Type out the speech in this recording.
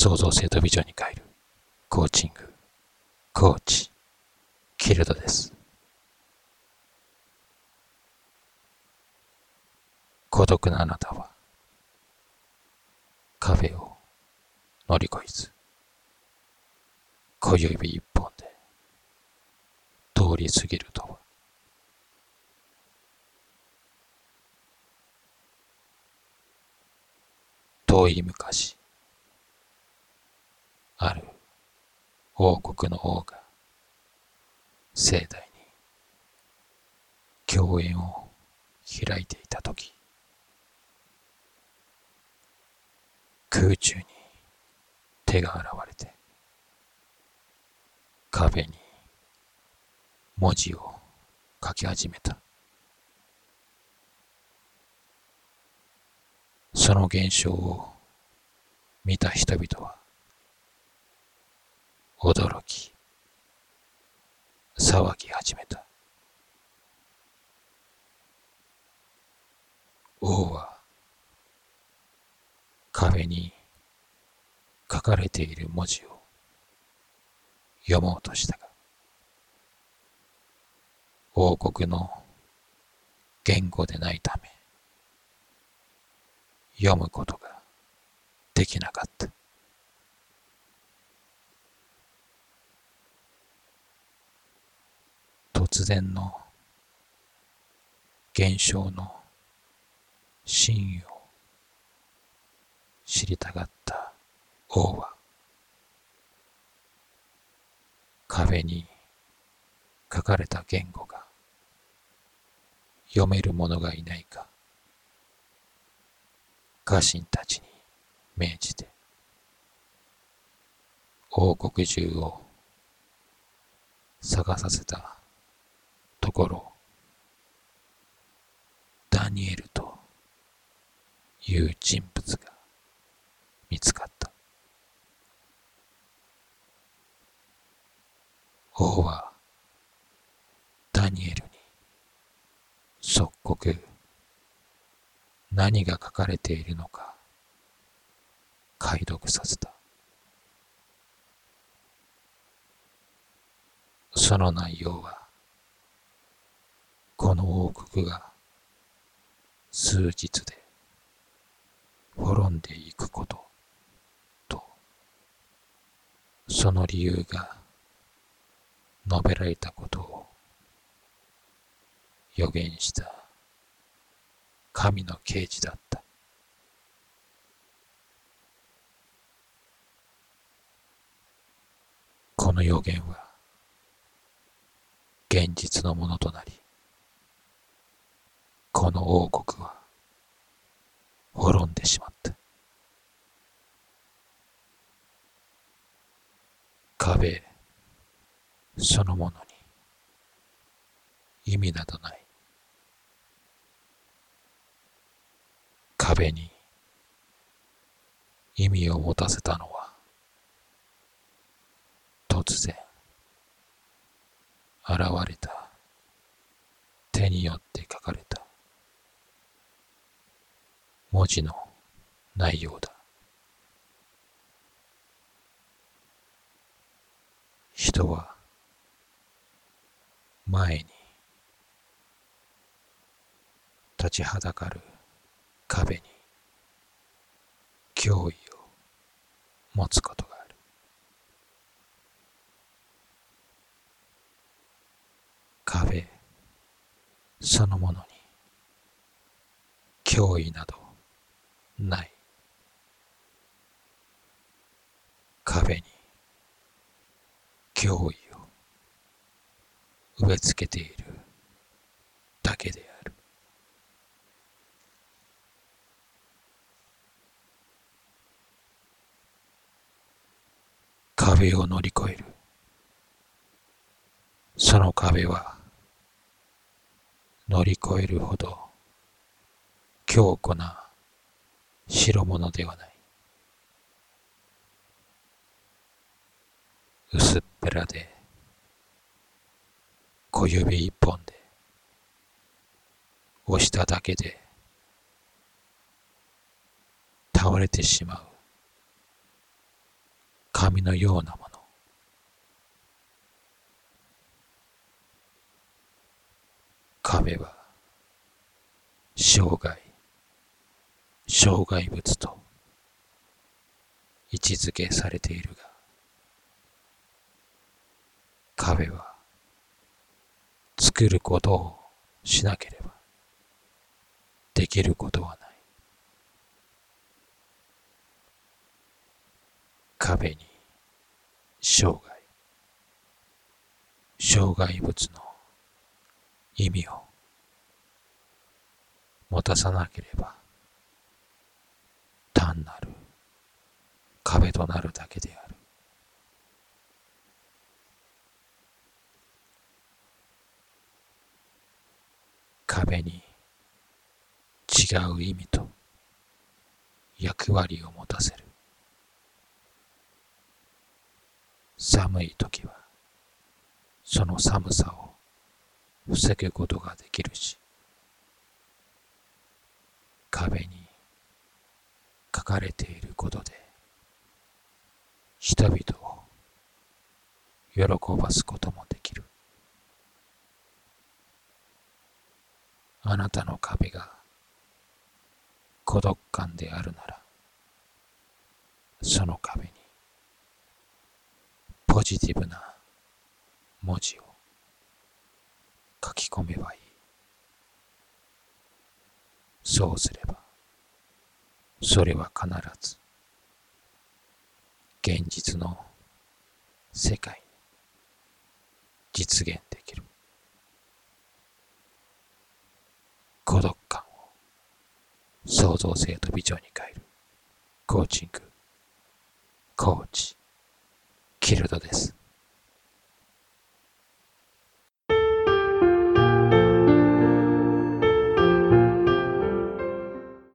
創造性とビジョンに変えるコーチング、コーチ、キルドです。孤独なあなたは壁を乗り越えず、小指一本で通り過ぎるとは。遠い昔、ある王国の王が盛大に競演を開いていたとき、空中に手が現れて壁に文字を書き始めた。その現象を見た人々は驚き騒ぎ始めた。王は壁に書かれている文字を読もうとしたが、王国の言語でないため読むことができなかった。突然の現象の真意を知りたがった王は壁に書かれた言語が読める者がいないか家臣たちに命じて王国中を探させたところ、ダニエルという人物が見つかった。王はダニエルに即刻何が書かれているのか解読させた。その内容は、この王国が数日で滅んでいくことと、その理由が述べられたことを予言した神の啓示だった。この予言は現実のものとなり、この王国は滅んでしまった。壁そのものに意味などない。壁に意味を持たせたのは、突然現れた手によって書かれた文字の内容だ。人は前に立ちはだかる壁に脅威を持つことがある。壁そのものに脅威などない。壁に脅威を植え付けているだけである。壁を乗り越える。その壁は乗り越えるほど強固な代物ではない。薄っぺらで小指一本で押しただけで倒れてしまう紙のようなもの。壁は障害物と位置づけされているが、壁は作ることをしなければできることはない。壁に障害物の意味を持たさなければ単なる壁となるだけである。壁に違う意味と役割を持たせる。寒い時はその寒さを防ぐことができるし、壁に書かれていることで人々を喜ばすこともできる。あなたの壁が孤独感であるなら、その壁にポジティブな文字を書き込めばいい。そうすれば、それは必ず現実の世界に実現できる。孤独感を創造性とビジョンに変えるコーチング、コーチ